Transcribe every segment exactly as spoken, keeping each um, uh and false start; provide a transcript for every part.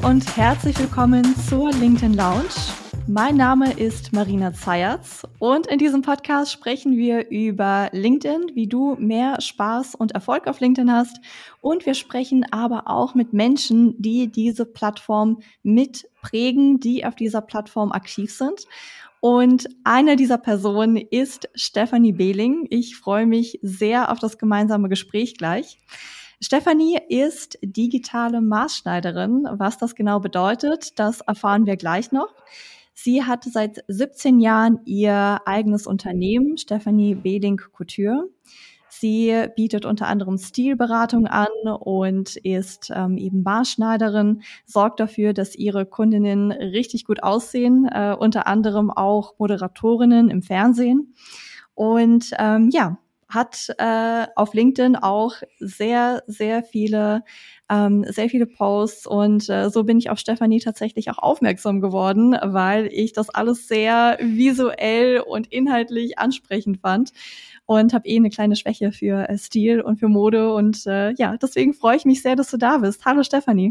und herzlich willkommen zur LinkedIn Lounge. Mein Name ist Marina Zayatz und in diesem Podcast sprechen wir über LinkedIn, wie du mehr Spaß und Erfolg auf LinkedIn hast. Und wir sprechen aber auch mit Menschen, die diese Plattform mitprägen, die auf dieser Plattform aktiv sind. Und eine dieser Personen ist Stefanie Behling. Ich freue mich sehr auf das gemeinsame Gespräch gleich. Stefanie ist digitale Maßschneiderin. Was das genau bedeutet, das erfahren wir gleich noch. Sie hat seit siebzehn Jahren ihr eigenes Unternehmen, Stefanie Behling Couture. Sie bietet unter anderem Stilberatung an und ist ähm, eben Maßschneiderin, sorgt dafür, dass ihre Kundinnen richtig gut aussehen, äh, unter anderem auch Moderatorinnen im Fernsehen. Und ähm, ja, hat äh, auf LinkedIn auch sehr, sehr viele, ähm, sehr viele Posts und äh, so bin ich auf Stefanie tatsächlich auch aufmerksam geworden, weil ich das alles sehr visuell und inhaltlich ansprechend fand und habe eh eine kleine Schwäche für äh, Stil und für Mode und äh, ja, deswegen freue ich mich sehr, dass du da bist. Hallo Stefanie.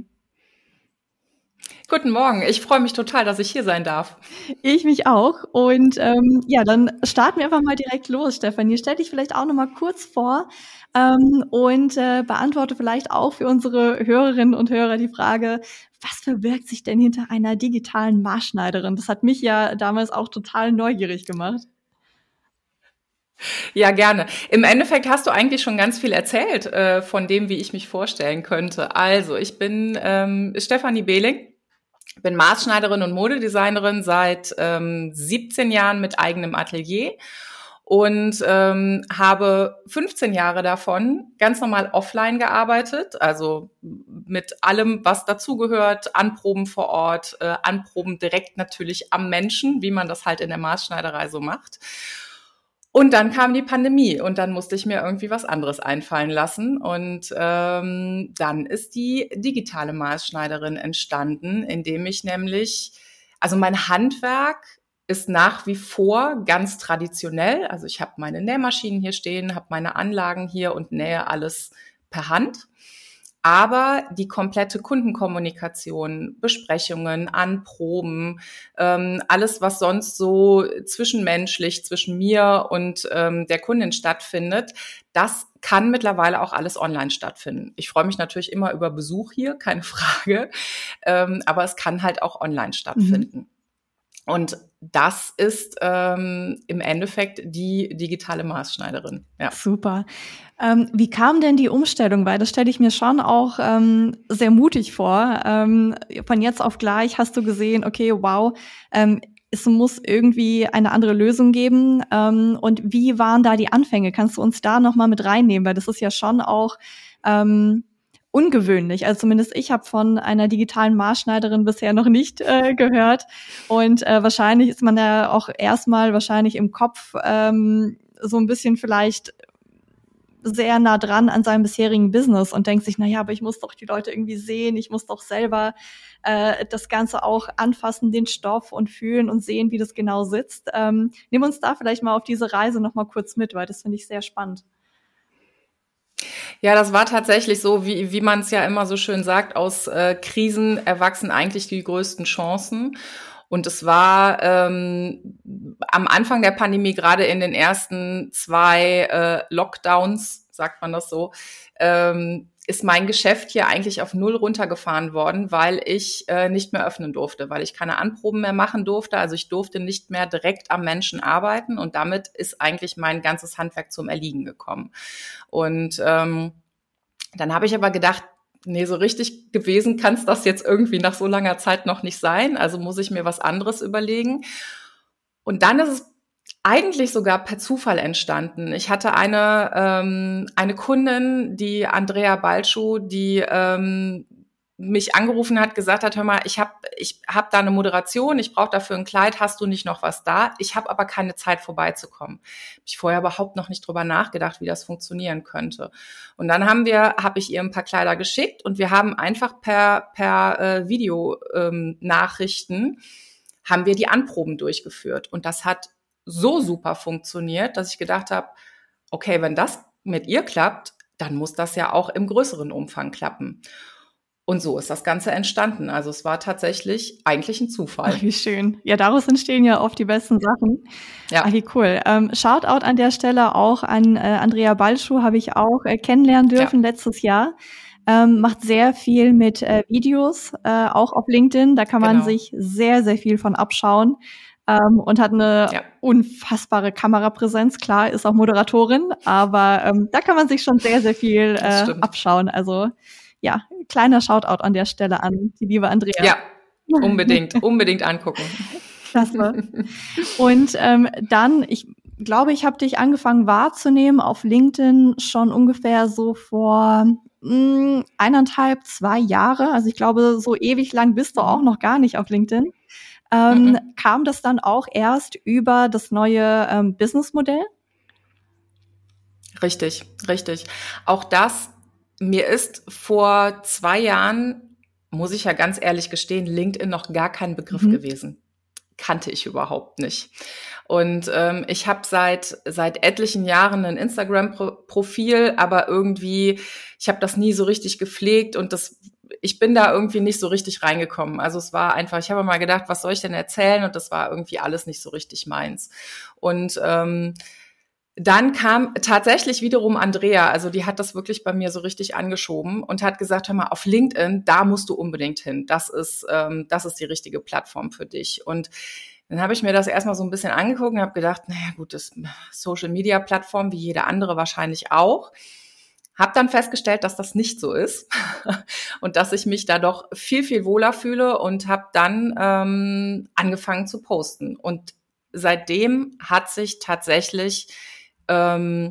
Guten Morgen, ich freue mich total, dass ich hier sein darf. Ich mich auch. Und ähm, ja, dann starten wir einfach mal direkt los, Stefanie. Stell dich vielleicht auch noch mal kurz vor ähm, und äh, beantworte vielleicht auch für unsere Hörerinnen und Hörer die Frage, was verbirgt sich denn hinter einer digitalen Maßschneiderin? Das hat mich ja damals auch total neugierig gemacht. Ja, gerne. Im Endeffekt hast du eigentlich schon ganz viel erzählt äh, von dem, wie ich mich vorstellen könnte. Also, ich bin ähm, Stefanie Behling. Bin Maßschneiderin und Modedesignerin seit ähm, siebzehn Jahren mit eigenem Atelier und ähm, habe fünfzehn Jahre davon ganz normal offline gearbeitet, also mit allem, was dazugehört, Anproben vor Ort, äh, Anproben direkt natürlich am Menschen, wie man das halt in der Maßschneiderei so macht. Und dann kam die Pandemie und dann musste ich mir irgendwie was anderes einfallen lassen. Und ähm, dann ist die digitale Maßschneiderin entstanden, indem ich nämlich, also mein Handwerk ist nach wie vor ganz traditionell. Also ich habe meine Nähmaschinen hier stehen, habe meine Anlagen hier und nähe alles per Hand. Aber die komplette Kundenkommunikation, Besprechungen, Anproben, ähm, alles, was sonst so zwischenmenschlich zwischen mir und ähm, der Kundin stattfindet, das kann mittlerweile auch alles online stattfinden. Ich freue mich natürlich immer über Besuch hier, keine Frage, ähm, aber es kann halt auch online stattfinden. Mhm. Und das ist ähm, im Endeffekt die digitale Maßschneiderin. Ja. Super. Ähm, wie kam denn die Umstellung? Weil das stelle ich mir schon auch ähm, sehr mutig vor. Ähm, von jetzt auf gleich hast du gesehen, okay, wow, ähm, es muss irgendwie eine andere Lösung geben. Ähm, und wie waren da die Anfänge? Kannst du uns da nochmal mit reinnehmen? Weil das ist ja schon auch ähm, ungewöhnlich. Also zumindest ich habe von einer digitalen Maßschneiderin bisher noch nicht äh, gehört. Und äh, wahrscheinlich ist man ja auch erstmal wahrscheinlich im Kopf ähm, so ein bisschen vielleicht sehr nah dran an seinem bisherigen Business und denkt sich, na ja, aber ich muss doch die Leute irgendwie sehen, ich muss doch selber äh, das Ganze auch anfassen, den Stoff und fühlen und sehen, wie das genau sitzt. Ähm, nimm uns da vielleicht mal auf diese Reise noch mal kurz mit, weil das finde ich sehr spannend. Ja, das war tatsächlich so, wie, wie man es ja immer so schön sagt, aus äh, Krisen erwachsen eigentlich die größten Chancen. Und es war ähm, am Anfang der Pandemie, gerade in den ersten zwei äh, Lockdowns, sagt man das so, ähm, ist mein Geschäft hier eigentlich auf null runtergefahren worden, weil ich äh, nicht mehr öffnen durfte, weil ich keine Anproben mehr machen durfte. Also ich durfte nicht mehr direkt am Menschen arbeiten und damit ist eigentlich mein ganzes Handwerk zum Erliegen gekommen. Und ähm, dann habe ich aber gedacht, nee, so richtig gewesen kann es das jetzt irgendwie nach so langer Zeit noch nicht sein. Also muss ich mir was anderes überlegen. Und dann ist es eigentlich sogar per Zufall entstanden. Ich hatte eine ähm, eine Kundin, die Andrea Balschuh, die ähm, mich angerufen hat, gesagt hat, hör mal, ich habe ich hab da eine Moderation, ich brauche dafür ein Kleid, hast du nicht noch was da? Ich habe aber keine Zeit vorbeizukommen. Hab ich vorher überhaupt noch nicht drüber nachgedacht, wie das funktionieren könnte. Und dann haben wir, habe ich ihr ein paar Kleider geschickt und wir haben einfach per per äh, Videonachrichten ähm, haben wir die Anproben durchgeführt und das hat so super funktioniert, dass ich gedacht habe, okay, wenn das mit ihr klappt, dann muss das ja auch im größeren Umfang klappen. Und so ist das Ganze entstanden. Also es war tatsächlich eigentlich ein Zufall. Ach, wie schön. Ja, daraus entstehen ja oft die besten Sachen. Ja. Ach, wie cool. Ähm, Shoutout an der Stelle auch an äh, Andrea Balschuh, habe ich auch äh, kennenlernen dürfen ja. letztes Jahr. Ähm, macht sehr viel mit äh, Videos, äh, auch auf LinkedIn. Da kann man genau. sich sehr, sehr viel von abschauen. Ähm, und hat eine ja. unfassbare Kamerapräsenz. Klar, ist auch Moderatorin, aber ähm, da kann man sich schon sehr, sehr viel äh, abschauen. Also ja, kleiner Shoutout an der Stelle an die liebe Andrea. Ja, unbedingt, unbedingt angucken. Klasse. Und ähm, dann, ich glaube, ich habe dich angefangen wahrzunehmen auf LinkedIn schon ungefähr so vor mh, eineinhalb, zwei Jahre. Also ich glaube, so ewig lang bist du auch noch gar nicht auf LinkedIn. Ähm, mhm. Kam das dann auch erst über das neue ähm, Businessmodell? Richtig, richtig. Auch das, mir ist vor zwei Jahren, muss ich ja ganz ehrlich gestehen, LinkedIn noch gar kein Begriff mhm. gewesen. Kannte ich überhaupt nicht. Und ähm, ich habe seit seit etlichen Jahren ein Instagram-Profil, aber irgendwie, ich habe das nie so richtig gepflegt und das ich bin da irgendwie nicht so richtig reingekommen. Also es war einfach, ich habe mal gedacht, was soll ich denn erzählen? Und das war irgendwie alles nicht so richtig meins. Und ähm, dann kam tatsächlich wiederum Andrea, also die hat das wirklich bei mir so richtig angeschoben und hat gesagt, hör mal, auf LinkedIn, da musst du unbedingt hin. Das ist, ähm, das ist die richtige Plattform für dich. Und dann habe ich mir das erstmal so ein bisschen angeguckt und habe gedacht, naja gut, das Social-Media-Plattform wie jede andere wahrscheinlich auch. Hab dann festgestellt, dass das nicht so ist und dass ich mich da doch viel, viel wohler fühle und habe dann ähm, angefangen zu posten. Und seitdem hat sich tatsächlich ähm,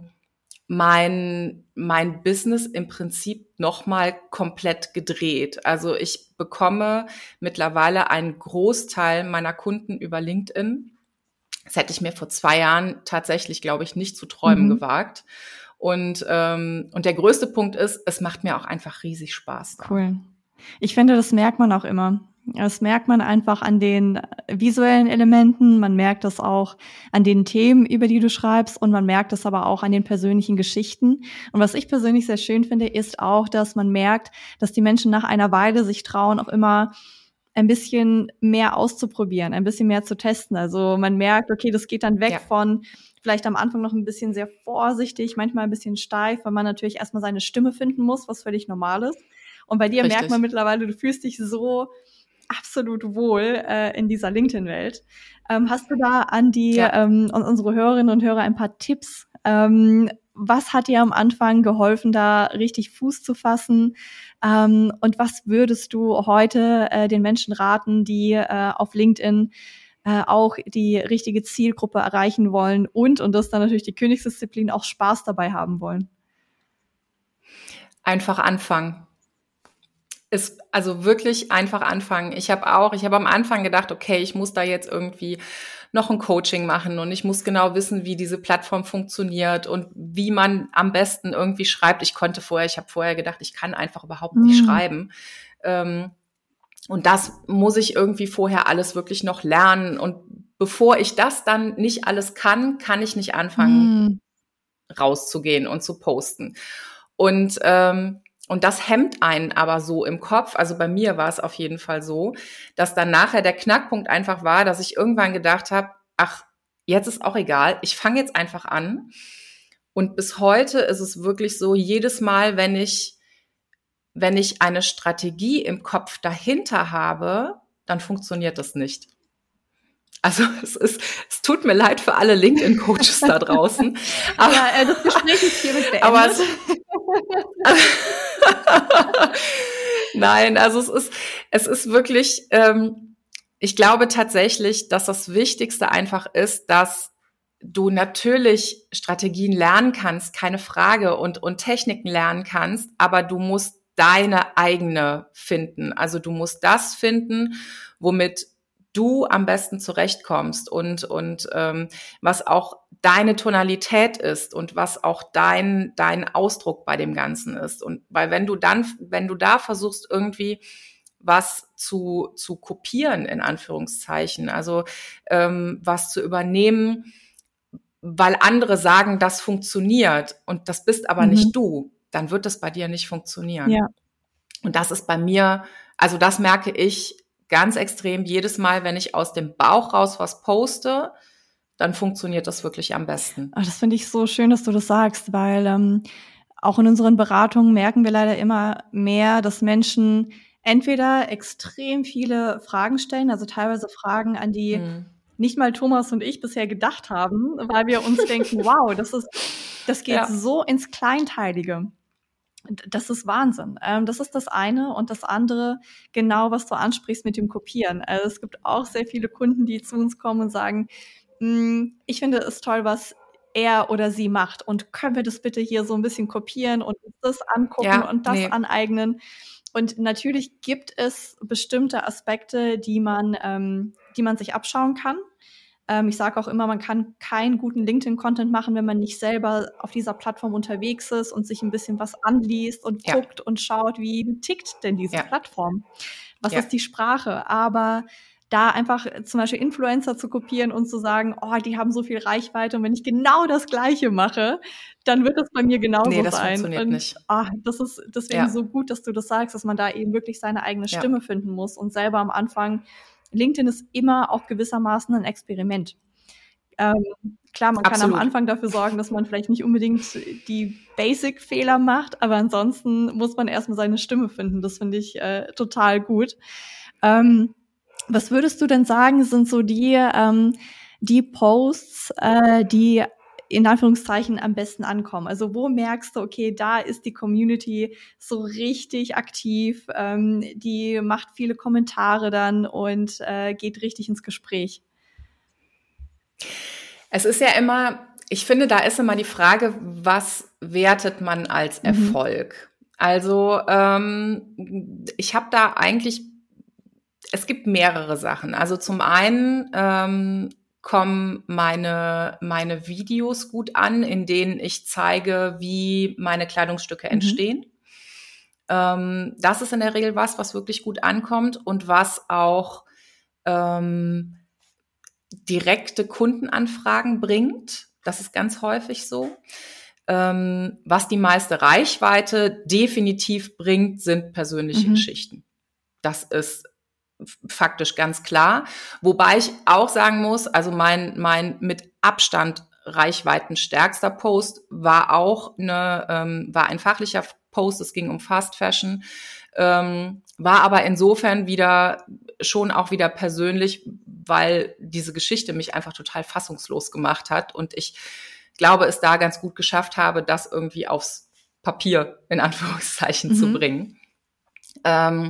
mein mein Business im Prinzip nochmal komplett gedreht. Also ich bekomme mittlerweile einen Großteil meiner Kunden über LinkedIn. Das hätte ich mir vor zwei Jahren tatsächlich, glaube ich, nicht zu träumen mhm. gewagt. Und ähm, und der größte Punkt ist, es macht mir auch einfach riesig Spaß. Cool. Ich finde, das merkt man auch immer. Das merkt man einfach an den visuellen Elementen, man merkt das auch an den Themen, über die du schreibst, und man merkt es aber auch an den persönlichen Geschichten. Und was ich persönlich sehr schön finde, ist auch, dass man merkt, dass die Menschen nach einer Weile sich trauen, auch immer ein bisschen mehr auszuprobieren, ein bisschen mehr zu testen. Also man merkt, okay, das geht dann weg ja. von vielleicht am Anfang noch ein bisschen sehr vorsichtig, manchmal ein bisschen steif, weil man natürlich erstmal seine Stimme finden muss, was völlig normal ist. Und bei dir Richtig. merkt man mittlerweile, du fühlst dich so absolut wohl äh, in dieser LinkedIn-Welt. Ähm, hast du da an die ja. ähm, an unsere Hörerinnen und Hörer ein paar Tipps? Ähm, was hat dir am Anfang geholfen, da richtig Fuß zu fassen? Ähm, und was würdest du heute äh, den Menschen raten, die äh, auf LinkedIn äh, auch die richtige Zielgruppe erreichen wollen und, und das dann natürlich die Königsdisziplin, auch Spaß dabei haben wollen? Einfach anfangen. Ist also wirklich einfach anfangen. Ich habe auch, ich habe am Anfang gedacht, okay, ich muss da jetzt irgendwie noch ein Coaching machen und ich muss genau wissen, wie diese Plattform funktioniert und wie man am besten irgendwie schreibt. Ich konnte vorher, ich habe vorher gedacht, ich kann einfach überhaupt nicht mhm. schreiben. Ähm, und das muss ich irgendwie vorher alles wirklich noch lernen. Und bevor ich das dann nicht alles kann, kann ich nicht anfangen, mhm. rauszugehen und zu posten. Und ähm, Und das hemmt einen aber so im Kopf, also bei mir war es auf jeden Fall so, dass dann nachher der Knackpunkt einfach war, dass ich irgendwann gedacht habe, ach, jetzt ist auch egal, ich fange jetzt einfach an. Und bis heute ist es wirklich so, jedes Mal, wenn ich, wenn ich eine Strategie im Kopf dahinter habe, dann funktioniert das nicht. Also es ist, es tut mir leid für alle LinkedIn-Coaches da draußen. Aber, ja, äh, das Gespräch ist hiermit beendet. Aber es, Nein, also es ist, es ist wirklich, ähm, ich glaube tatsächlich, dass das Wichtigste einfach ist, dass du natürlich Strategien lernen kannst, keine Frage, und, und Techniken lernen kannst, aber du musst deine eigene finden. Also du musst das finden, womit du am besten zurechtkommst und und ähm, was auch deine Tonalität ist und was auch dein dein Ausdruck bei dem Ganzen ist. Und weil wenn du dann, wenn du da versuchst irgendwie was zu zu kopieren in Anführungszeichen, also ähm, was zu übernehmen, weil andere sagen, das funktioniert und das bist aber mhm. nicht du, dann wird das bei dir nicht funktionieren. Ja. Und das ist bei mir, also das merke ich ganz extrem jedes Mal, wenn ich aus dem Bauch raus was poste, dann funktioniert das wirklich am besten. Ach, das finde ich so schön, dass du das sagst, weil ähm, auch in unseren Beratungen merken wir leider immer mehr, dass Menschen entweder extrem viele Fragen stellen, also teilweise Fragen, an die hm. nicht mal Thomas und ich bisher gedacht haben, weil wir uns denken, wow, das ist, das geht ja. so ins Kleinteilige. Das ist Wahnsinn. Ähm, das ist das eine. Und das andere, genau was du ansprichst mit dem Kopieren. Also es gibt auch sehr viele Kunden, die zu uns kommen und sagen, ich finde es toll, was er oder sie macht. Und können wir das bitte hier so ein bisschen kopieren und das angucken ja, und das nee. aneignen? Und natürlich gibt es bestimmte Aspekte, die man, ähm, die man sich abschauen kann. Ähm, ich sage auch immer, man kann keinen guten LinkedIn-Content machen, wenn man nicht selber auf dieser Plattform unterwegs ist und sich ein bisschen was anliest und ja. guckt und schaut, wie tickt denn diese ja. Plattform? Was ja. ist die Sprache? Aber da einfach zum Beispiel Influencer zu kopieren und zu sagen, oh, die haben so viel Reichweite und wenn ich genau das Gleiche mache, dann wird es bei mir genauso sein. Nee, das sein. Funktioniert und nicht. Oh, das ist deswegen ja. so gut, dass du das sagst, dass man da eben wirklich seine eigene ja. Stimme finden muss und selber am Anfang. LinkedIn ist immer auch gewissermaßen ein Experiment. Ähm, klar, man Absolut. kann am Anfang dafür sorgen, dass man vielleicht nicht unbedingt die Basic-Fehler macht, aber ansonsten muss man erstmal seine Stimme finden. Das finde ich äh, total gut. Ähm, Was würdest du denn sagen, sind so die, ähm, die Posts, äh, die in Anführungszeichen am besten ankommen? Also wo merkst du, okay, da ist die Community so richtig aktiv, ähm, die macht viele Kommentare dann und äh, geht richtig ins Gespräch? Es ist ja immer, ich finde, da ist immer die Frage, was wertet man als mhm. Erfolg? Also ähm, ich habe da eigentlich Es gibt mehrere Sachen. Also zum einen ähm, kommen meine meine Videos gut an, in denen ich zeige, wie meine Kleidungsstücke mhm. entstehen. Ähm, das ist in der Regel was, was wirklich gut ankommt und was auch ähm, direkte Kundenanfragen bringt. Das ist ganz häufig so. Ähm, was die meiste Reichweite definitiv bringt, sind persönliche mhm. Geschichten. Das ist faktisch ganz klar. Wobei ich auch sagen muss, also mein, mein mit Abstand reichweitenstärkster Post war auch eine, ähm, war ein fachlicher Post, es ging um Fast Fashion, ähm, war aber insofern wieder, schon auch wieder persönlich, weil diese Geschichte mich einfach total fassungslos gemacht hat und ich glaube, es da ganz gut geschafft habe, das irgendwie aufs Papier, in Anführungszeichen, mhm. zu bringen. Ähm,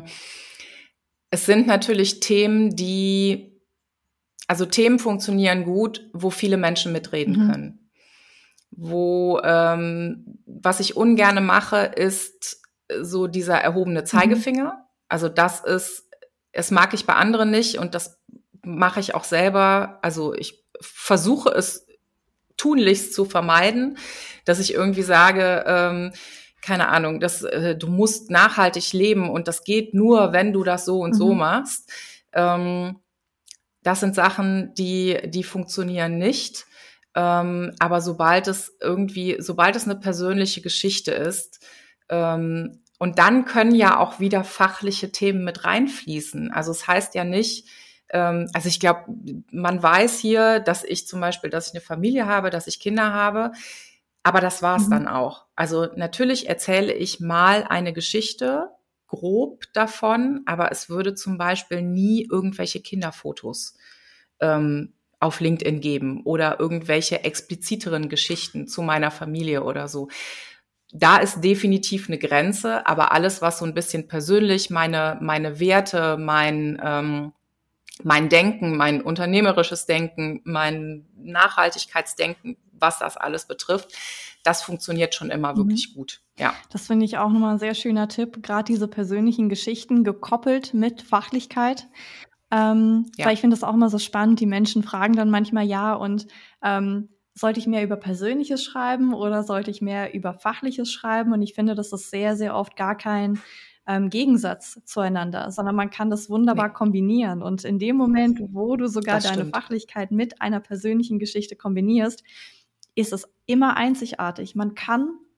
Es sind natürlich Themen, die, also Themen funktionieren gut, wo viele Menschen mitreden mhm. können. Wo, ähm, was ich ungerne mache, ist so dieser erhobene Zeigefinger. Mhm. Also das ist, es mag ich bei anderen nicht und das mache ich auch selber. Also ich versuche es tunlichst zu vermeiden, dass ich irgendwie sage, ähm, keine Ahnung, das, äh, du musst nachhaltig leben und das geht nur, wenn du das so und mhm. so machst. Ähm, das sind Sachen, die, die funktionieren nicht. Ähm, aber sobald es irgendwie, sobald es eine persönliche Geschichte ist, ähm, und dann können ja auch wieder fachliche Themen mit reinfließen. Also es heißt ja nicht, ähm, also ich glaube, man weiß hier, dass ich zum Beispiel, dass ich eine Familie habe, dass ich Kinder habe. Aber das war's mhm. dann auch. Also natürlich erzähle ich mal eine Geschichte, grob davon, aber es würde zum Beispiel nie irgendwelche Kinderfotos ähm, auf LinkedIn geben oder irgendwelche expliziteren Geschichten zu meiner Familie oder so. Da ist definitiv eine Grenze, aber alles, was so ein bisschen persönlich, meine meine Werte, mein ähm, mein Denken, mein unternehmerisches Denken, mein Nachhaltigkeitsdenken, was das alles betrifft, das funktioniert schon immer mhm. wirklich gut. Ja. Das finde ich auch nochmal ein sehr schöner Tipp, gerade diese persönlichen Geschichten gekoppelt mit Fachlichkeit. Ähm, ja. Weil ich finde das auch immer so spannend, die Menschen fragen dann manchmal, ja, und ähm, sollte ich mehr über Persönliches schreiben oder sollte ich mehr über Fachliches schreiben? Und ich finde, das ist sehr, sehr oft gar kein ähm, Gegensatz zueinander, sondern man kann das wunderbar nee. kombinieren. Und in dem Moment, wo du sogar das deine stimmt. Fachlichkeit mit einer persönlichen Geschichte kombinierst, ist es immer einzigartig. Man kann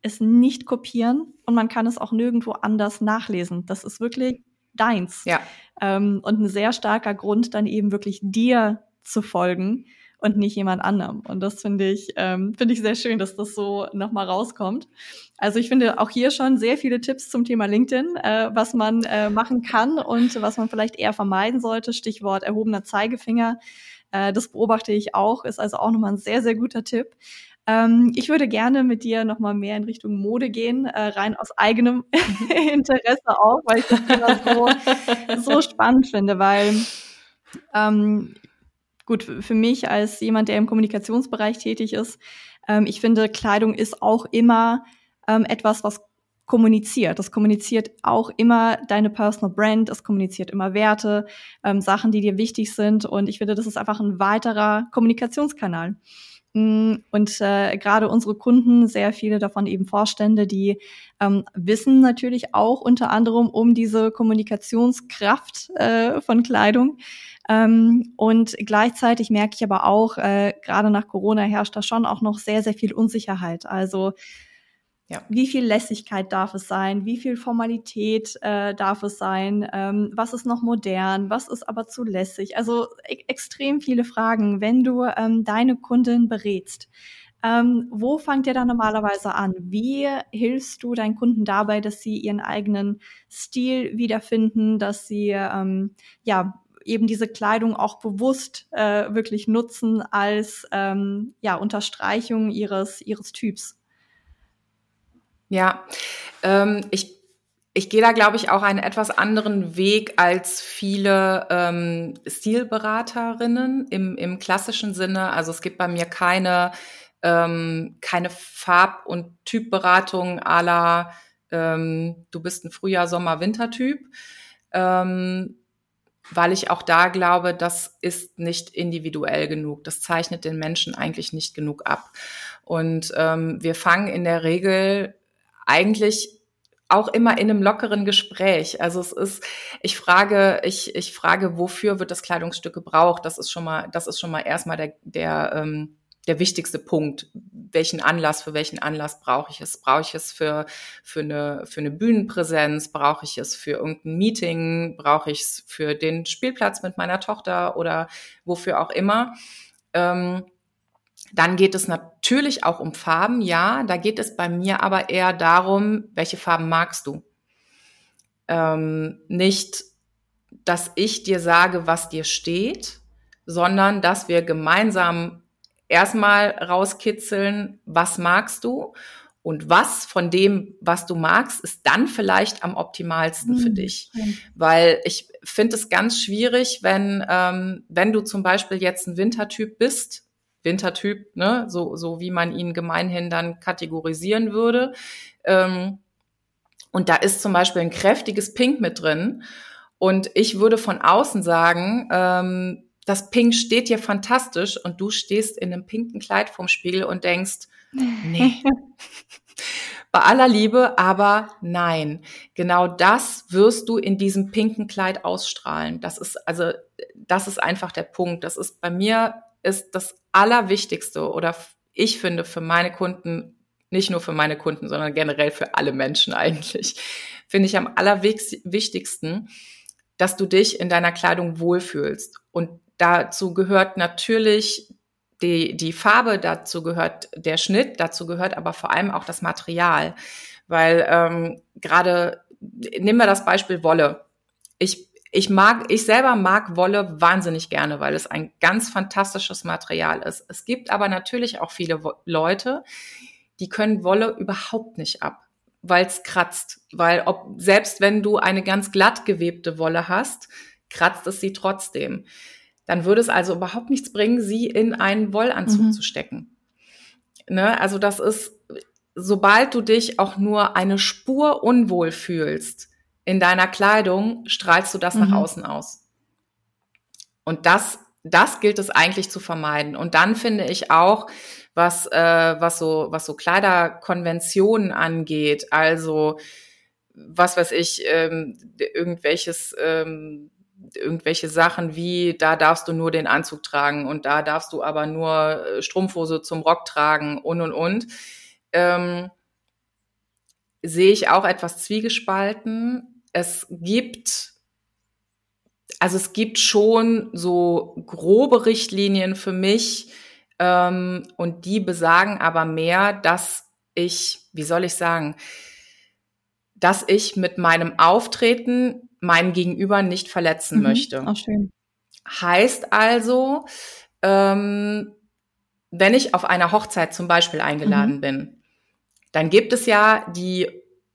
es nicht kopieren und man kann es auch nirgendwo anders nachlesen. Das ist wirklich deins. Ja. Ähm, und ein sehr starker Grund, dann eben wirklich dir zu folgen und nicht jemand anderem. Und das finde ich, ähm, finde ich sehr schön, dass das so nochmal rauskommt. Also ich finde auch hier schon sehr viele Tipps zum Thema LinkedIn, äh, was man äh, machen kann und was man vielleicht eher vermeiden sollte. Stichwort erhobener Zeigefinger. Äh, das beobachte ich auch, ist also auch nochmal ein sehr, sehr guter Tipp. Ähm, ich würde gerne mit dir nochmal mehr in Richtung Mode gehen, äh, rein aus eigenem Interesse auch, weil ich das Thema so, so spannend finde, weil ähm, gut, für mich als jemand, der im Kommunikationsbereich tätig ist, ähm, ich finde, Kleidung ist auch immer ähm, etwas, was kommuniziert. Das kommuniziert auch immer deine Personal Brand, es kommuniziert immer Werte, ähm, Sachen, die dir wichtig sind. Und ich finde, das ist einfach ein weiterer Kommunikationskanal. Und äh, gerade unsere Kunden, sehr viele davon eben Vorstände, die ähm, wissen natürlich auch unter anderem um diese Kommunikationskraft äh, von Kleidung. Ähm, und gleichzeitig merke ich aber auch, äh, gerade nach Corona herrscht da schon auch noch sehr, sehr viel Unsicherheit. Also ja. Wie viel Lässigkeit darf es sein? Wie viel Formalität äh, darf es sein? Ähm, was ist noch modern? Was ist aber zu lässig? Also e- extrem viele Fragen, wenn du ähm, deine Kundin berätst. Ähm, wo fangt ihr da normalerweise an? Wie hilfst du deinen Kunden dabei, dass sie ihren eigenen Stil wiederfinden, dass sie ähm, ja eben diese Kleidung auch bewusst äh, wirklich nutzen als ähm, ja Unterstreichung ihres ihres Typs? Ja, ähm, ich, ich gehe da, glaube ich, auch einen etwas anderen Weg als viele ähm, Stilberaterinnen im, im klassischen Sinne. Also es gibt bei mir keine, ähm, keine Farb- und Typberatung à la ähm, du bist ein Frühjahr-, Sommer-, Wintertyp. Ähm, weil ich auch da glaube, das ist nicht individuell genug. Das zeichnet den Menschen eigentlich nicht genug ab. Und ähm, wir fangen in der Regel eigentlich auch immer in einem lockeren Gespräch. Also es ist, ich frage, ich, ich frage, wofür wird das Kleidungsstück gebraucht? Das ist schon mal, das ist schon mal erstmal der, der, ähm, der wichtigste Punkt. Welchen Anlass, für welchen Anlass brauche ich es? Brauche ich es für, für eine, für eine Bühnenpräsenz? Brauche ich es für irgendein Meeting? Brauche ich es für den Spielplatz mit meiner Tochter oder wofür auch immer? Ähm, Dann geht es natürlich auch um Farben, ja. Da geht es bei mir aber eher darum, welche Farben magst du? Ähm, nicht, dass ich dir sage, was dir steht, sondern dass wir gemeinsam erstmal rauskitzeln, was magst du? Und was von dem, was du magst, ist dann vielleicht am optimalsten mhm. für dich. Weil ich finde es ganz schwierig, wenn, ähm, wenn du zum Beispiel jetzt ein Wintertyp bist, Wintertyp, ne, so, so wie man ihn gemeinhin dann kategorisieren würde. Ähm, und da ist zum Beispiel ein kräftiges Pink mit drin. Und ich würde von außen sagen, ähm, das Pink steht dir fantastisch und du stehst in einem pinken Kleid vorm Spiegel und denkst, nee, bei aller Liebe, aber nein. Genau das wirst du in diesem pinken Kleid ausstrahlen. Das ist, also, das ist einfach der Punkt. Das ist bei mir ist das Allerwichtigste oder ich finde für meine Kunden, nicht nur für meine Kunden, sondern generell für alle Menschen eigentlich, finde ich am allerwichtigsten, dass du dich in deiner Kleidung wohlfühlst. Und dazu gehört natürlich die, die Farbe, dazu gehört der Schnitt, dazu gehört aber vor allem auch das Material. Weil ähm, gerade, nehmen wir das Beispiel Wolle. Ich Ich mag, ich selber mag Wolle wahnsinnig gerne, weil es ein ganz fantastisches Material ist. Es gibt aber natürlich auch viele Wo- Leute, die können Wolle überhaupt nicht ab, weil es kratzt. Weil ob, selbst wenn du eine ganz glatt gewebte Wolle hast, kratzt es sie trotzdem. Dann würde es also überhaupt nichts bringen, sie in einen Wollanzug mhm. zu stecken. Ne? Also das ist, sobald du dich auch nur eine Spur unwohl fühlst, in deiner Kleidung strahlst du das mhm. nach außen aus. Und das, das gilt es eigentlich zu vermeiden. Und dann finde ich auch, was, äh, was so, was so Kleiderkonventionen angeht, also, was weiß ich, ähm, irgendwelches, ähm, irgendwelche Sachen wie, da darfst du nur den Anzug tragen und da darfst du aber nur Strumpfhose zum Rock tragen und, und, und. Ähm, sehe ich auch etwas zwiegespalten. Es gibt, also es gibt schon so grobe Richtlinien für mich, ähm, und die besagen aber mehr, dass ich, wie soll ich sagen, dass ich mit meinem Auftreten meinem Gegenüber nicht verletzen Mhm. möchte. Auch schön. Heißt also, ähm, wenn ich auf einer Hochzeit zum Beispiel eingeladen Mhm. bin, dann gibt es ja die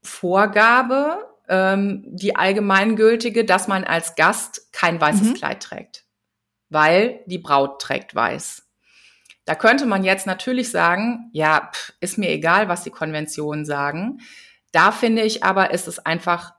Vorgabe, ähm, die allgemeingültige, dass man als Gast kein weißes Mhm. Kleid trägt, weil die Braut trägt weiß. Da könnte man jetzt natürlich sagen, ja, pff, ist mir egal, was die Konventionen sagen. Da finde ich aber, ist es einfach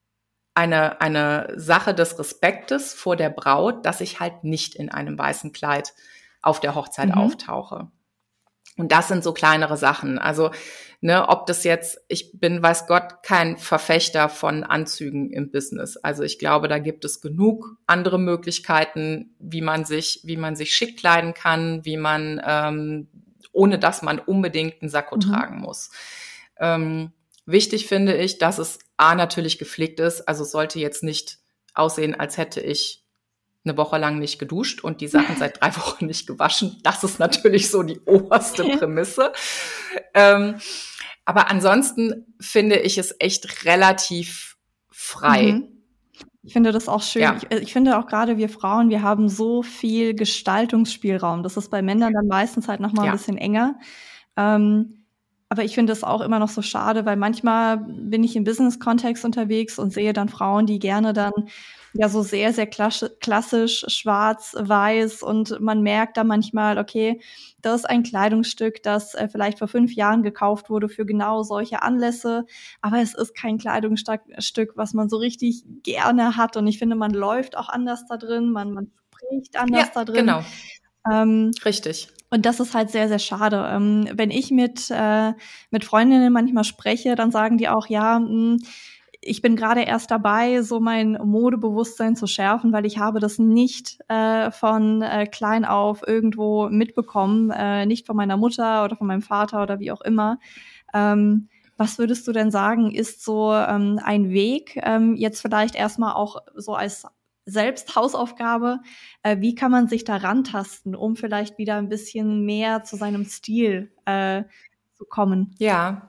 eine, eine Sache des Respektes vor der Braut, dass ich halt nicht in einem weißen Kleid auf der Hochzeit Mhm. auftauche. Und das sind so kleinere Sachen. Also, ne, ob das jetzt, ich bin, weiß Gott, kein Verfechter von Anzügen im Business. Also ich glaube, da gibt es genug andere Möglichkeiten, wie man sich, wie man sich schick kleiden kann, wie man, ähm, ohne dass man unbedingt einen Sakko Mhm. tragen muss. Ähm, wichtig finde ich, dass es A, natürlich gepflegt ist. Also es sollte jetzt nicht aussehen, als hätte ich eine Woche lang nicht geduscht und die Sachen seit drei Wochen nicht gewaschen. Das ist natürlich so die oberste Prämisse. ähm, aber ansonsten finde ich es echt relativ frei. Mhm. Ich finde das auch schön. Ja. Ich, ich finde auch gerade wir Frauen, wir haben so viel Gestaltungsspielraum. Das ist bei Männern dann meistens halt noch mal ein Ja. bisschen enger. Ähm, aber ich finde es auch immer noch so schade, weil manchmal bin ich im Business-Kontext unterwegs und sehe dann Frauen, die gerne dann ja so sehr, sehr klassisch schwarz, weiß und man merkt da manchmal, okay, das ist ein Kleidungsstück, das äh, vielleicht vor fünf Jahren gekauft wurde für genau solche Anlässe, aber es ist kein Kleidungsstück, was man so richtig gerne hat und ich finde, man läuft auch anders da drin, man, man spricht anders Ja, da drin. genau. Ähm, Richtig. Und das ist halt sehr, sehr schade. Ähm, wenn ich mit, äh, mit Freundinnen manchmal spreche, dann sagen die auch, ja, mh, ich bin gerade erst dabei, so mein Modebewusstsein zu schärfen, weil ich habe das nicht äh, von äh, klein auf irgendwo mitbekommen, äh, nicht von meiner Mutter oder von meinem Vater oder wie auch immer. Ähm, was würdest du denn sagen, ist so ähm, ein Weg, ähm, jetzt vielleicht erstmal auch so als selbst Hausaufgabe, äh, wie kann man sich da rantasten, um vielleicht wieder ein bisschen mehr zu seinem Stil äh, zu kommen? Ja.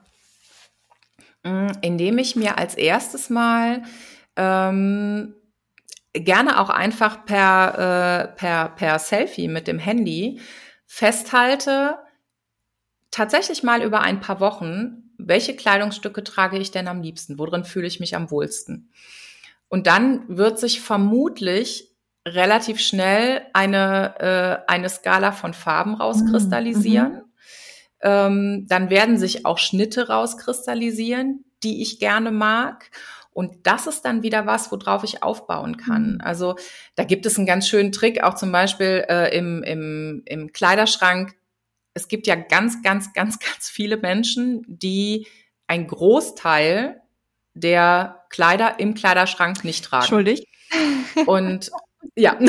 Indem ich mir als erstes mal ähm, gerne auch einfach per, äh, per, per Selfie mit dem Handy festhalte, tatsächlich mal über ein paar Wochen, welche Kleidungsstücke trage ich denn am liebsten? Worin fühle ich mich am wohlsten? Und dann wird sich vermutlich relativ schnell eine, äh, eine Skala von Farben rauskristallisieren. Mhm. Ähm, dann werden sich auch Schnitte rauskristallisieren, die ich gerne mag. Und das ist dann wieder was, worauf ich aufbauen kann. Mhm. Also da gibt es einen ganz schönen Trick, auch zum Beispiel äh, im, im, im Kleiderschrank. Es gibt ja ganz, ganz, ganz, ganz viele Menschen, die einen Großteil der Kleider im Kleiderschrank nicht tragen. Schuldig. Und ja,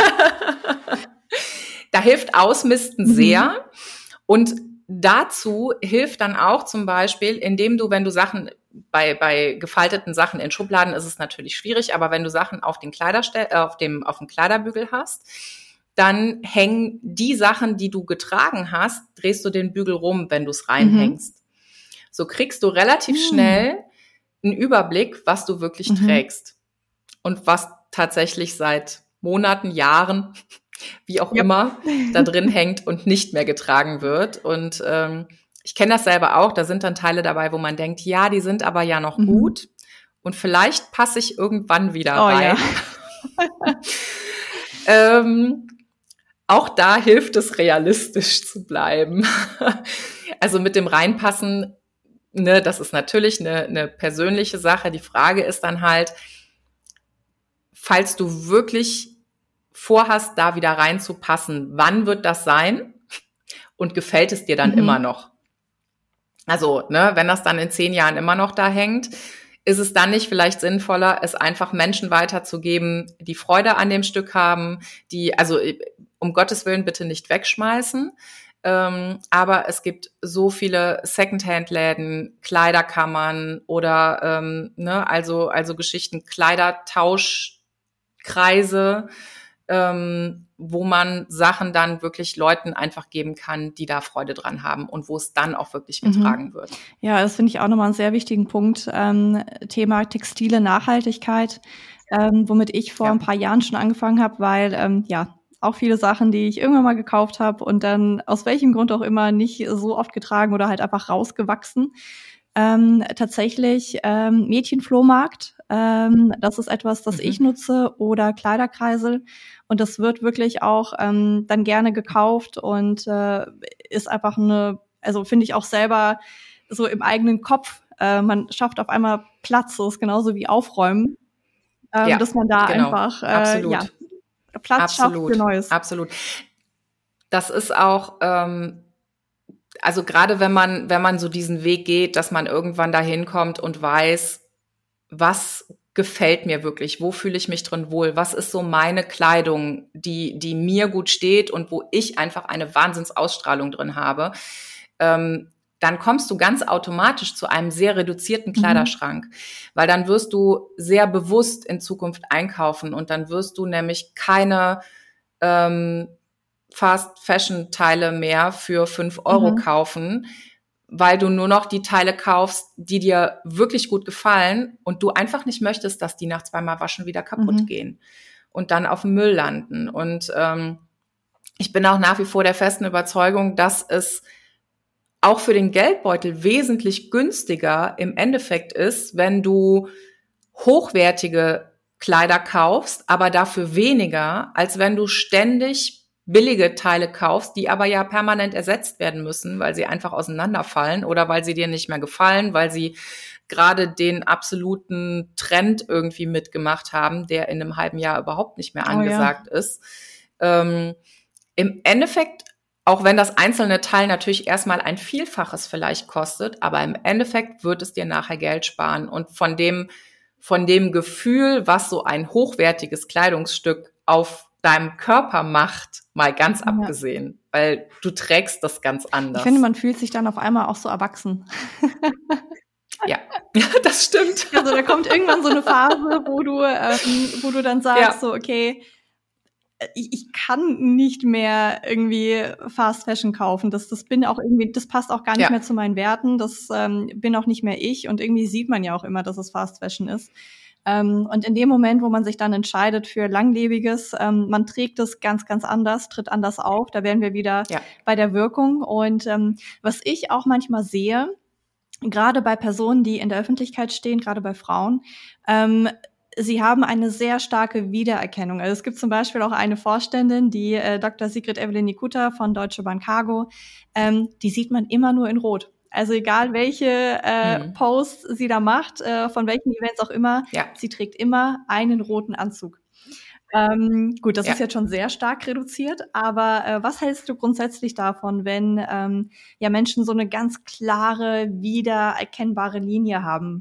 da hilft Ausmisten Mhm. sehr. Und dazu hilft dann auch zum Beispiel, indem du, wenn du Sachen bei, bei gefalteten Sachen in Schubladen ist es natürlich schwierig, aber wenn du Sachen auf den Kleiderstell, äh, auf dem, auf dem Kleiderbügel hast, dann hängen die Sachen, die du getragen hast, drehst du den Bügel rum, wenn du es reinhängst. Mhm. So kriegst du relativ Mhm. schnell einen Überblick, was du wirklich Mhm. trägst und was tatsächlich seit Monaten, Jahren, wie auch Yep. immer, da drin hängt und nicht mehr getragen wird. Und ähm, ich kenne das selber auch, da sind dann Teile dabei, wo man denkt, ja, die sind aber ja noch Mhm. gut und vielleicht passe ich irgendwann wieder Oh, rein. Ja. ähm, auch da hilft es, realistisch zu bleiben. Also mit dem Reinpassen, ne, das ist natürlich eine, eine persönliche Sache. Die Frage ist dann halt, falls du wirklich vorhast, da wieder reinzupassen, wann wird das sein? Und gefällt es dir dann Mhm. immer noch? Also, ne, wenn das dann in zehn Jahren immer noch da hängt, ist es dann nicht vielleicht sinnvoller, es einfach Menschen weiterzugeben, die Freude an dem Stück haben, die, also um Gottes Willen bitte nicht wegschmeißen, Ähm, aber es gibt so viele Secondhand-Läden, Kleiderkammern oder ähm, ne, also also Geschichten, Kleidertauschkreise, ähm, wo man Sachen dann wirklich Leuten einfach geben kann, die da Freude dran haben und wo es dann auch wirklich getragen Mhm. wird. Ja, das finde ich auch nochmal einen sehr wichtigen Punkt. Ähm, Thema textile Nachhaltigkeit, ähm, womit ich vor ein Ja. paar Jahren schon angefangen habe, weil ähm, ja auch viele Sachen, die ich irgendwann mal gekauft habe und dann aus welchem Grund auch immer nicht so oft getragen oder halt einfach rausgewachsen. Ähm, tatsächlich ähm, Mädchenflohmarkt, ähm, das ist etwas, das ich Mhm. nutze, oder Kleiderkreisel. Und das wird wirklich auch ähm, dann gerne gekauft und äh, ist einfach eine, also finde ich auch selber so im eigenen Kopf, äh, man schafft auf einmal Platz, so ist genauso wie Aufräumen, ähm, Ja, dass man da genau. einfach äh, ja Absolut. Platz schafft für Absolut. Neues. Absolut. Das ist auch, ähm, also gerade wenn man, wenn man so diesen Weg geht, dass man irgendwann dahin kommt und weiß, was gefällt mir wirklich, wo fühle ich mich drin wohl, was ist so meine Kleidung, die, die mir gut steht und wo ich einfach eine Wahnsinnsausstrahlung drin habe, ähm, dann kommst du ganz automatisch zu einem sehr reduzierten Mhm. Kleiderschrank, weil dann wirst du sehr bewusst in Zukunft einkaufen und dann wirst du nämlich keine ähm, Fast-Fashion-Teile mehr für fünf Euro Mhm. kaufen, weil du nur noch die Teile kaufst, die dir wirklich gut gefallen und du einfach nicht möchtest, dass die nach zweimal Waschen wieder kaputt Mhm. gehen und dann auf dem Müll landen. Und ähm, ich bin auch nach wie vor der festen Überzeugung, dass es auch für den Geldbeutel wesentlich günstiger im Endeffekt ist, wenn du hochwertige Kleider kaufst, aber dafür weniger, als wenn du ständig billige Teile kaufst, die aber ja permanent ersetzt werden müssen, weil sie einfach auseinanderfallen oder weil sie dir nicht mehr gefallen, weil sie gerade den absoluten Trend irgendwie mitgemacht haben, der in einem halben Jahr überhaupt nicht mehr Oh ja. angesagt ist. Ähm, Im Endeffekt, auch wenn das einzelne Teil natürlich erstmal ein Vielfaches vielleicht kostet, aber im Endeffekt wird es dir nachher Geld sparen. Und von dem, von dem Gefühl, was so ein hochwertiges Kleidungsstück auf deinem Körper macht, mal ganz Ja. abgesehen, weil du trägst das ganz Ich finde, anders. man fühlt sich dann auf einmal auch so erwachsen. Ja, das stimmt. Also da kommt irgendwann so eine Phase, wo du, ähm, wo du dann sagst, Ja. so okay, ich, ich kann nicht mehr irgendwie Fast Fashion kaufen. Das, das bin auch irgendwie, das passt auch gar nicht Ja. mehr zu meinen Werten. Das ähm, bin auch nicht mehr ich. Und irgendwie sieht man ja auch immer, dass es Fast Fashion ist. Ähm, und in dem Moment, wo man sich dann entscheidet für Langlebiges, ähm, man trägt es ganz, ganz anders, tritt anders auf. Da wären wir wieder Ja. bei der Wirkung. Und ähm, was ich auch manchmal sehe, gerade bei Personen, die in der Öffentlichkeit stehen, gerade bei Frauen, ähm, sie haben eine sehr starke Wiedererkennung. Also es gibt zum Beispiel auch eine Vorständin, die äh, Doktor Sigrid Evelyn Nikuta von Deutsche Bahn Cargo, ähm, die sieht man immer nur in Rot. Also egal, welche äh, Mhm. Posts sie da macht, äh, von welchen Events auch immer, Ja. sie trägt immer einen roten Anzug. Ähm, gut, das Ja. ist jetzt schon sehr stark reduziert, aber äh, was hältst du grundsätzlich davon, wenn ähm, ja Menschen so eine ganz klare, wiedererkennbare Linie haben?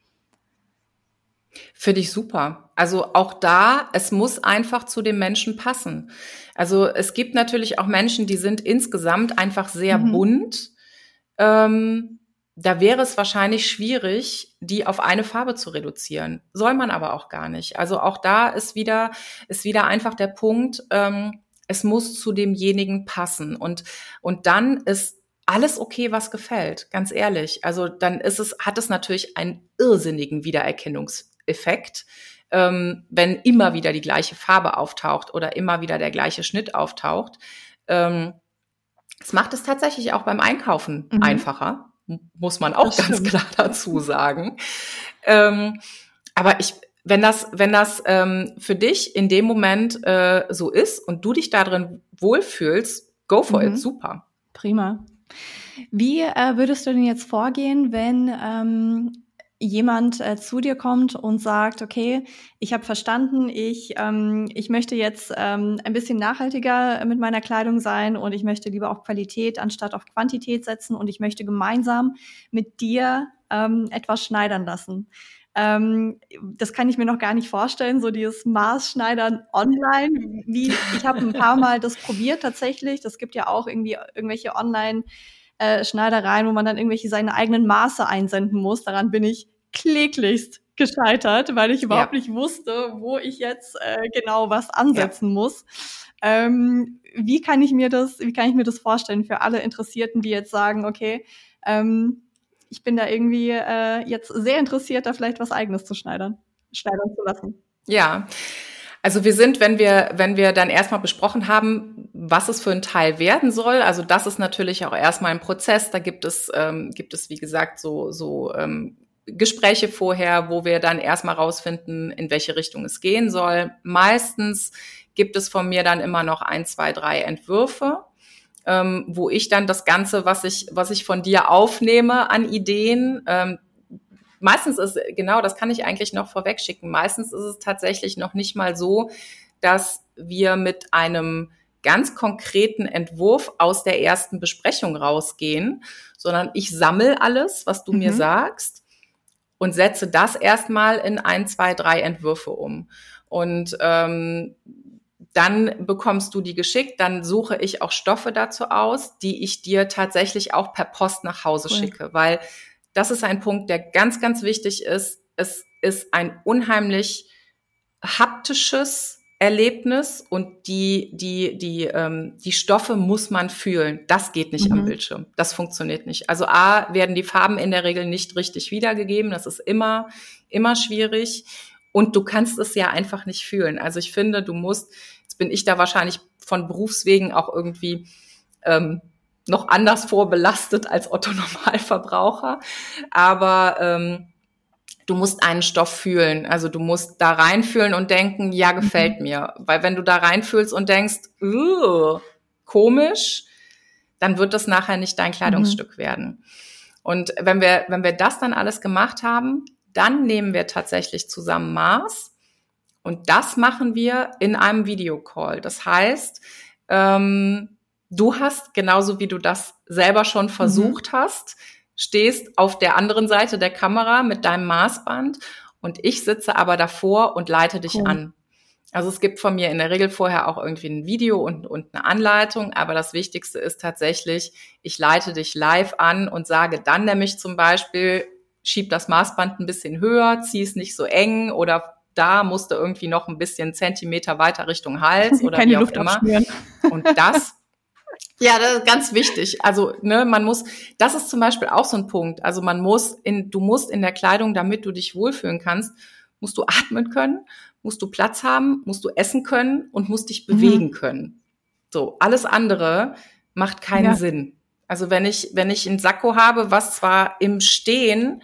Finde ich super. Also auch da, es muss einfach zu dem Menschen passen. Also es gibt natürlich auch Menschen, die sind insgesamt einfach sehr Mhm. bunt. Ähm, da wäre es wahrscheinlich schwierig, die auf eine Farbe zu reduzieren. Soll man aber auch gar nicht. Also auch da ist wieder, ist wieder einfach der Punkt, ähm, es muss zu demjenigen passen. Und, und dann ist alles okay, was gefällt, ganz ehrlich. Also dann ist es, hat es natürlich einen irrsinnigen Wiedererkennungseffekt, ähm, wenn immer wieder die gleiche Farbe auftaucht oder immer wieder der gleiche Schnitt auftaucht. Ähm, es macht es tatsächlich auch beim Einkaufen Mhm. einfacher, muss man auch Das ganz stimmt. klar dazu sagen. ähm, aber ich, wenn das, wenn das ähm, für dich in dem Moment äh, so ist und du dich darin wohlfühlst, go for it, Mhm. super. Prima. Wie äh, würdest du denn jetzt vorgehen, wenn ähm, jemand äh, zu dir kommt und sagt, okay, ich habe verstanden, ich, ähm, ich möchte jetzt ähm, ein bisschen nachhaltiger mit meiner Kleidung sein und ich möchte lieber auf Qualität anstatt auf Quantität setzen und ich möchte gemeinsam mit dir ähm, etwas schneidern lassen. Ähm, das kann ich mir noch gar nicht vorstellen, so dieses Maßschneidern online. Wie, ich habe ein paar Mal das probiert tatsächlich. Das gibt ja auch irgendwie irgendwelche Online- Äh, Schneidereien, wo man dann irgendwelche seine eigenen Maße einsenden muss. Daran bin ich kläglichst gescheitert, weil ich überhaupt ja. nicht wusste, wo ich jetzt äh, genau was ansetzen ja. muss. Ähm, wie kann ich mir das, wie kann ich mir das vorstellen für alle Interessierten, die jetzt sagen, okay, ähm, ich bin da irgendwie äh, jetzt sehr interessiert, da vielleicht was Eigenes zu schneidern, schneidern zu lassen. Ja. Also wir sind, wenn wir, wenn wir dann erstmal besprochen haben, was es für ein Teil werden soll, also das ist natürlich auch erstmal ein Prozess, da gibt es, ähm, gibt es wie gesagt so, so ähm, Gespräche vorher, wo wir dann erstmal rausfinden, in welche Richtung es gehen soll. Meistens gibt es von mir dann immer noch ein, zwei, drei Entwürfe, ähm, wo ich dann das Ganze, was ich, was ich von dir aufnehme an Ideen, ähm, meistens ist, genau, das kann ich eigentlich noch vorwegschicken, meistens ist es tatsächlich noch nicht mal so, dass wir mit einem ganz konkreten Entwurf aus der ersten Besprechung rausgehen, sondern ich sammle alles, was du mhm. mir sagst und setze das erstmal in ein, zwei, drei Entwürfe um. Und ähm, dann bekommst du die geschickt, dann suche ich auch Stoffe dazu aus, die ich dir tatsächlich auch per Post nach Hause cool. schicke, weil das ist ein Punkt, der ganz, ganz wichtig ist. Es ist ein unheimlich haptisches Erlebnis und die, die, die, ähm, die Stoffe muss man fühlen. Das geht nicht mhm. am Bildschirm. Das funktioniert nicht. Also A, werden die Farben in der Regel nicht richtig wiedergegeben. Das ist immer, immer schwierig. Und du kannst es ja einfach nicht fühlen. Also ich finde, du musst, jetzt bin ich da wahrscheinlich von Berufswegen auch irgendwie, ähm, noch anders vorbelastet als Otto-Normalverbraucher. Aber ähm, du musst einen Stoff fühlen. Also du musst da reinfühlen und denken, ja, gefällt mhm. mir. Weil wenn du da reinfühlst und denkst, komisch, dann wird das nachher nicht dein Kleidungsstück mhm. werden. Und wenn wir, wenn wir das dann alles gemacht haben, dann nehmen wir tatsächlich zusammen Maß. Und das machen wir in einem Videocall. Das heißt, ähm, du hast, genauso wie du das selber schon versucht mhm. hast, stehst auf der anderen Seite der Kamera mit deinem Maßband und ich sitze aber davor und leite dich cool. an. Also es gibt von mir in der Regel vorher auch irgendwie ein Video und, und eine Anleitung, aber das Wichtigste ist tatsächlich, ich leite dich live an und sage dann nämlich zum Beispiel, schieb das Maßband ein bisschen höher, zieh es nicht so eng oder da musst du irgendwie noch ein bisschen Zentimeter weiter Richtung Hals oder Keine wie auch Luft immer. Abschmieren. Und das ja, das ist ganz wichtig. Also, ne, man muss, das ist zum Beispiel auch so ein Punkt. Also, man muss in, du musst in der Kleidung, damit du dich wohlfühlen kannst, musst du atmen können, musst du Platz haben, musst du essen können und musst dich bewegen mhm. können. So, alles andere macht keinen ja. Sinn. Also, wenn ich, wenn ich einen Sakko habe, was zwar im Stehen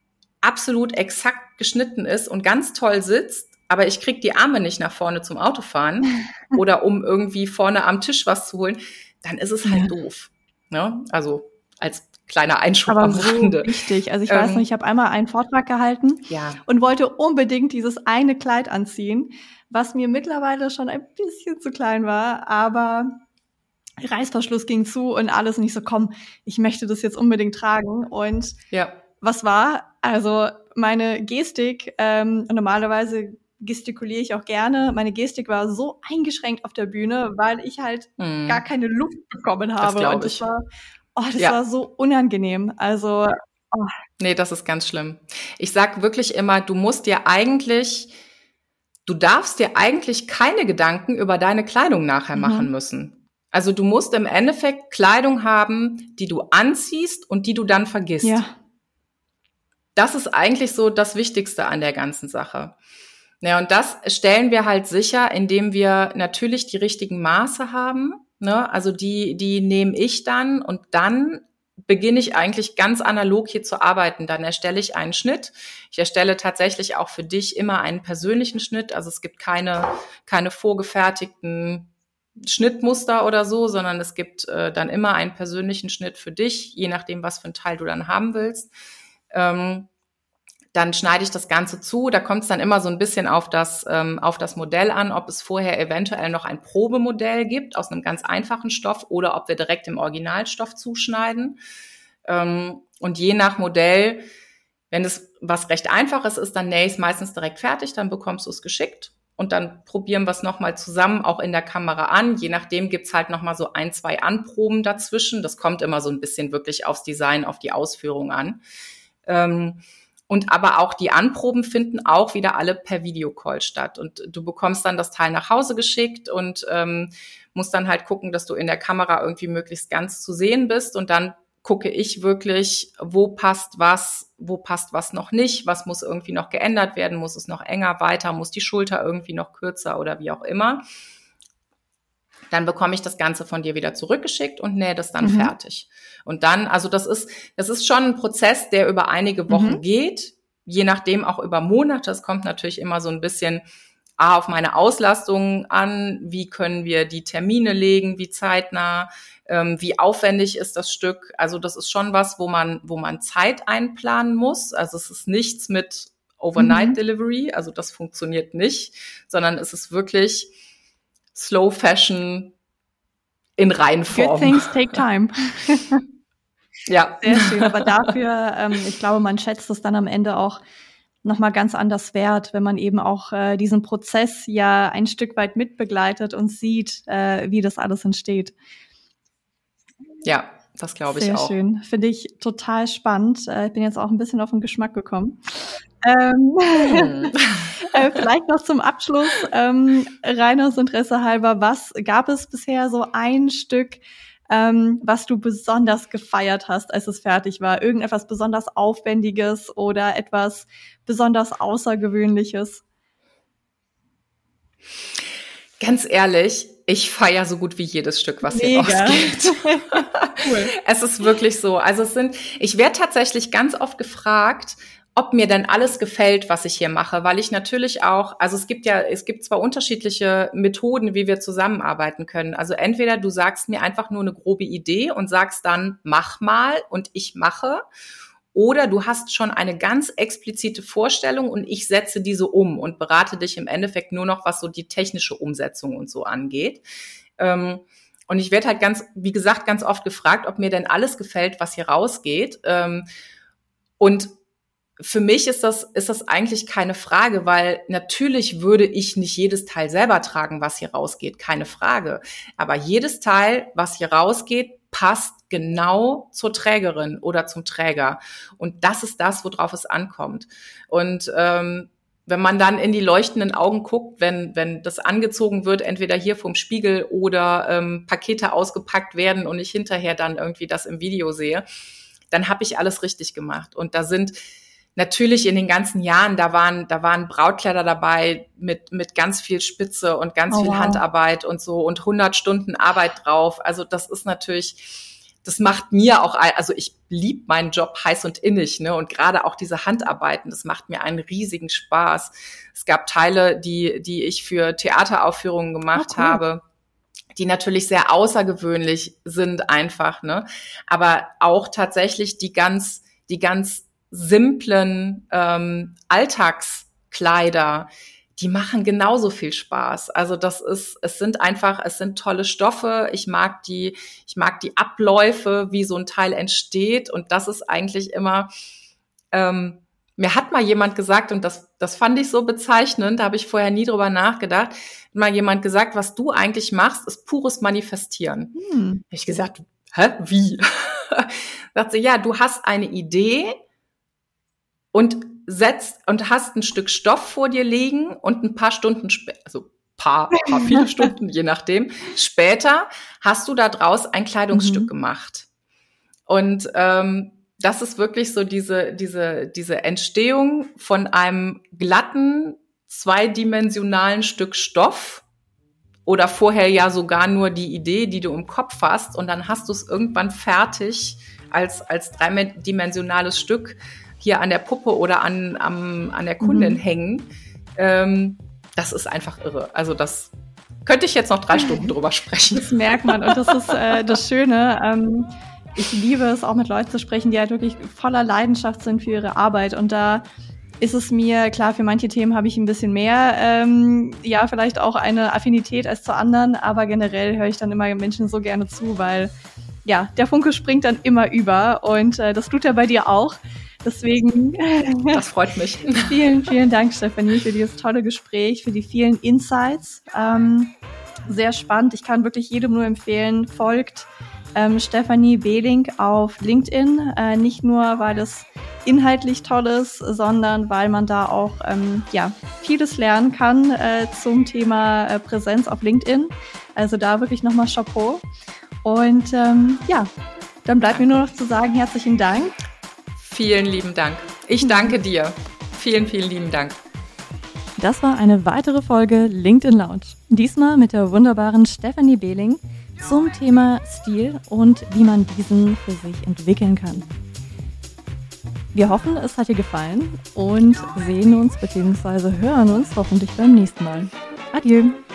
absolut exakt geschnitten ist und ganz toll sitzt, aber ich krieg die Arme nicht nach vorne zum Autofahren oder um irgendwie vorne am Tisch was zu holen, dann ist es halt ja. doof. Ne? Also als kleiner Einschub aber am so Rande. Wichtig. Also ich ähm, weiß noch, ich habe einmal einen Vortrag gehalten ja. und wollte unbedingt dieses eine Kleid anziehen, was mir mittlerweile schon ein bisschen zu klein war, aber Reißverschluss ging zu und alles nicht so, komm, ich möchte das jetzt unbedingt tragen. Und ja. was war? Also meine Gestik, ähm, normalerweise gestikuliere ich auch gerne. Meine Gestik war so eingeschränkt auf der Bühne, weil ich halt mm. gar keine Luft bekommen habe. Das und das ich. war, oh, das ja. war so unangenehm. Also, oh. Nee, das ist ganz schlimm. Ich sag wirklich immer, du musst dir eigentlich, du darfst dir eigentlich keine Gedanken über deine Kleidung nachher mhm. machen müssen. Also du musst im Endeffekt Kleidung haben, die du anziehst und die du dann vergisst. Ja. Das ist eigentlich so das Wichtigste an der ganzen Sache. Ja, und das stellen wir halt sicher, indem wir natürlich die richtigen Maße haben. Ne? Also die, die nehme ich dann und dann beginne ich eigentlich ganz analog hier zu arbeiten. Dann erstelle ich einen Schnitt. Ich erstelle tatsächlich auch für dich immer einen persönlichen Schnitt. Also es gibt keine, keine vorgefertigten Schnittmuster oder so, sondern es gibt äh, dann immer einen persönlichen Schnitt für dich, je nachdem, was für ein Teil du dann haben willst. Ähm, Dann schneide ich das Ganze zu. Da kommt es dann immer so ein bisschen auf das, ähm, auf das Modell an, ob es vorher eventuell noch ein Probemodell gibt aus einem ganz einfachen Stoff oder ob wir direkt im Originalstoff zuschneiden. Ähm, und je nach Modell Wenn es was recht Einfaches ist, dann nähe ich es meistens direkt fertig, dann bekommst du es geschickt und dann probieren wir es nochmal zusammen, auch in der Kamera an. Je nachdem gibt's halt nochmal so ein, zwei Anproben dazwischen. Das kommt immer so ein bisschen wirklich aufs Design, auf die Ausführung an. Ähm, Und aber auch die Anproben finden auch wieder alle per Videocall statt. Und du bekommst dann das Teil nach Hause geschickt und ähm, musst dann halt gucken, dass du in der Kamera irgendwie möglichst ganz zu sehen bist. Und dann gucke ich wirklich, wo passt was, wo passt was noch nicht, was muss irgendwie noch geändert werden, muss es noch enger, weiter, muss die Schulter irgendwie noch kürzer oder wie auch immer. Dann bekomme ich das Ganze von dir wieder zurückgeschickt und nähe das dann mhm. fertig. Und dann, also das ist, das ist schon ein Prozess, der über einige Wochen mhm. geht, je nachdem auch über Monate. Es kommt natürlich immer so ein bisschen A, auf meine Auslastung an, wie können wir die Termine legen, wie zeitnah, ähm, wie aufwendig ist das Stück. Also das ist schon was, wo man, wo man Zeit einplanen muss. Also es ist nichts mit Overnight mhm. Delivery, also das funktioniert nicht, sondern es ist wirklich Slow Fashion in Reinform. Good things take time. Ja. Sehr schön, aber dafür, ähm, ich glaube, man schätzt es dann am Ende auch nochmal ganz anders wert, wenn man eben auch äh, diesen Prozess ja ein Stück weit mitbegleitet und sieht, äh, wie das alles entsteht. Ja, das glaube ich Sehr auch. Sehr schön, finde ich total spannend. Äh, ich bin jetzt auch ein bisschen auf den Geschmack gekommen. Ähm, hm. äh, vielleicht noch zum Abschluss, ähm, reines Interesse halber, was gab es bisher so ein Stück, ähm, was du besonders gefeiert hast, als es fertig war? Irgendetwas besonders Aufwendiges oder etwas besonders Außergewöhnliches? Ganz ehrlich, ich feiere so gut wie jedes Stück, was Mega. hier rausgeht. Cool. Es ist wirklich so. Also es sind, ich werde tatsächlich ganz oft gefragt, ob mir denn alles gefällt, was ich hier mache, weil ich natürlich auch, also es gibt ja, es gibt zwar unterschiedliche Methoden, wie wir zusammenarbeiten können. Also entweder du sagst mir einfach nur eine grobe Idee und sagst dann, mach mal und ich mache, oder du hast schon eine ganz explizite Vorstellung und ich setze diese um und berate dich im Endeffekt nur noch, was so die technische Umsetzung und so angeht. Und ich werde halt ganz, wie gesagt, ganz oft gefragt, ob mir denn alles gefällt, was hier rausgeht. Und für mich ist das, ist das eigentlich keine Frage, weil natürlich würde ich nicht jedes Teil selber tragen, was hier rausgeht, keine Frage. Aber jedes Teil, was hier rausgeht, passt genau zur Trägerin oder zum Träger. Und das ist das, worauf es ankommt. Und ähm, wenn man dann in die leuchtenden Augen guckt, wenn wenn das angezogen wird, entweder hier vom Spiegel oder ähm, Pakete ausgepackt werden und ich hinterher dann irgendwie das im Video sehe, dann habe ich alles richtig gemacht. Und da sind natürlich in den ganzen Jahren, da waren, da waren Brautkleider dabei mit, mit ganz viel Spitze und ganz oh, viel wow. Handarbeit und so und hundert Stunden Arbeit drauf. Also das ist natürlich, das macht mir auch, also ich liebe meinen Job heiß und innig, ne, und gerade auch diese Handarbeiten, das macht mir einen riesigen Spaß. Es gab Teile, die, die ich für Theateraufführungen gemacht oh, cool. habe, die natürlich sehr außergewöhnlich sind einfach, ne, aber auch tatsächlich die ganz, die ganz simplen ähm, Alltagskleider, die machen genauso viel Spaß. Also das ist, es sind einfach, es sind tolle Stoffe. Ich mag die, ich mag die Abläufe, wie so ein Teil entsteht. Und das ist eigentlich immer, ähm, mir hat mal jemand gesagt, und das, das fand ich so bezeichnend, da habe ich vorher nie drüber nachgedacht, hat mal jemand gesagt, was du eigentlich machst, ist pures Manifestieren. Hm. Habe ich gesagt, hä, wie? Sagt sie, ja, du hast eine Idee, und setzt und hast ein Stück Stoff vor dir liegen und ein paar Stunden später, also paar, paar viele Stunden, je nachdem, später hast du da draus ein Kleidungsstück mhm. gemacht. Und ähm, das ist wirklich so diese diese diese Entstehung von einem glatten, zweidimensionalen Stück Stoff oder vorher ja sogar nur die Idee, die du im Kopf hast, und dann hast du es irgendwann fertig als als dreidimensionales Stück hier an der Puppe oder an, am, an der Kundin mhm. hängen. Ähm, das ist einfach irre. Also das könnte ich jetzt noch drei Stunden drüber sprechen. Das merkt man und das ist äh, das Schöne. Ähm, ich liebe es auch mit Leuten zu sprechen, die halt wirklich voller Leidenschaft sind für ihre Arbeit. Und da ist es mir, klar, für manche Themen habe ich ein bisschen mehr, ähm, ja, vielleicht auch eine Affinität als zu anderen. Aber generell höre ich dann immer Menschen so gerne zu, weil ja, der Funke springt dann immer über. Und äh, das tut er bei dir auch. Deswegen. Das freut mich. Vielen, vielen Dank, Stefanie, für dieses tolle Gespräch, für die vielen Insights. Ähm, sehr spannend. Ich kann wirklich jedem nur empfehlen, folgt ähm, Stefanie Behling auf LinkedIn. Äh, nicht nur, weil es inhaltlich toll ist, sondern weil man da auch ähm, ja, vieles lernen kann äh, zum Thema äh, Präsenz auf LinkedIn. Also da wirklich nochmal Chapeau. Und ähm, ja, dann bleibt mir nur noch zu sagen, herzlichen Dank. Vielen lieben Dank. Ich danke dir. Vielen, vielen lieben Dank. Das war eine weitere Folge LinkedIn Lounge. Diesmal mit der wunderbaren Stefanie Behling zum Thema Stil und wie man diesen für sich entwickeln kann. Wir hoffen, es hat dir gefallen und sehen uns bzw. hören uns hoffentlich beim nächsten Mal. Adieu!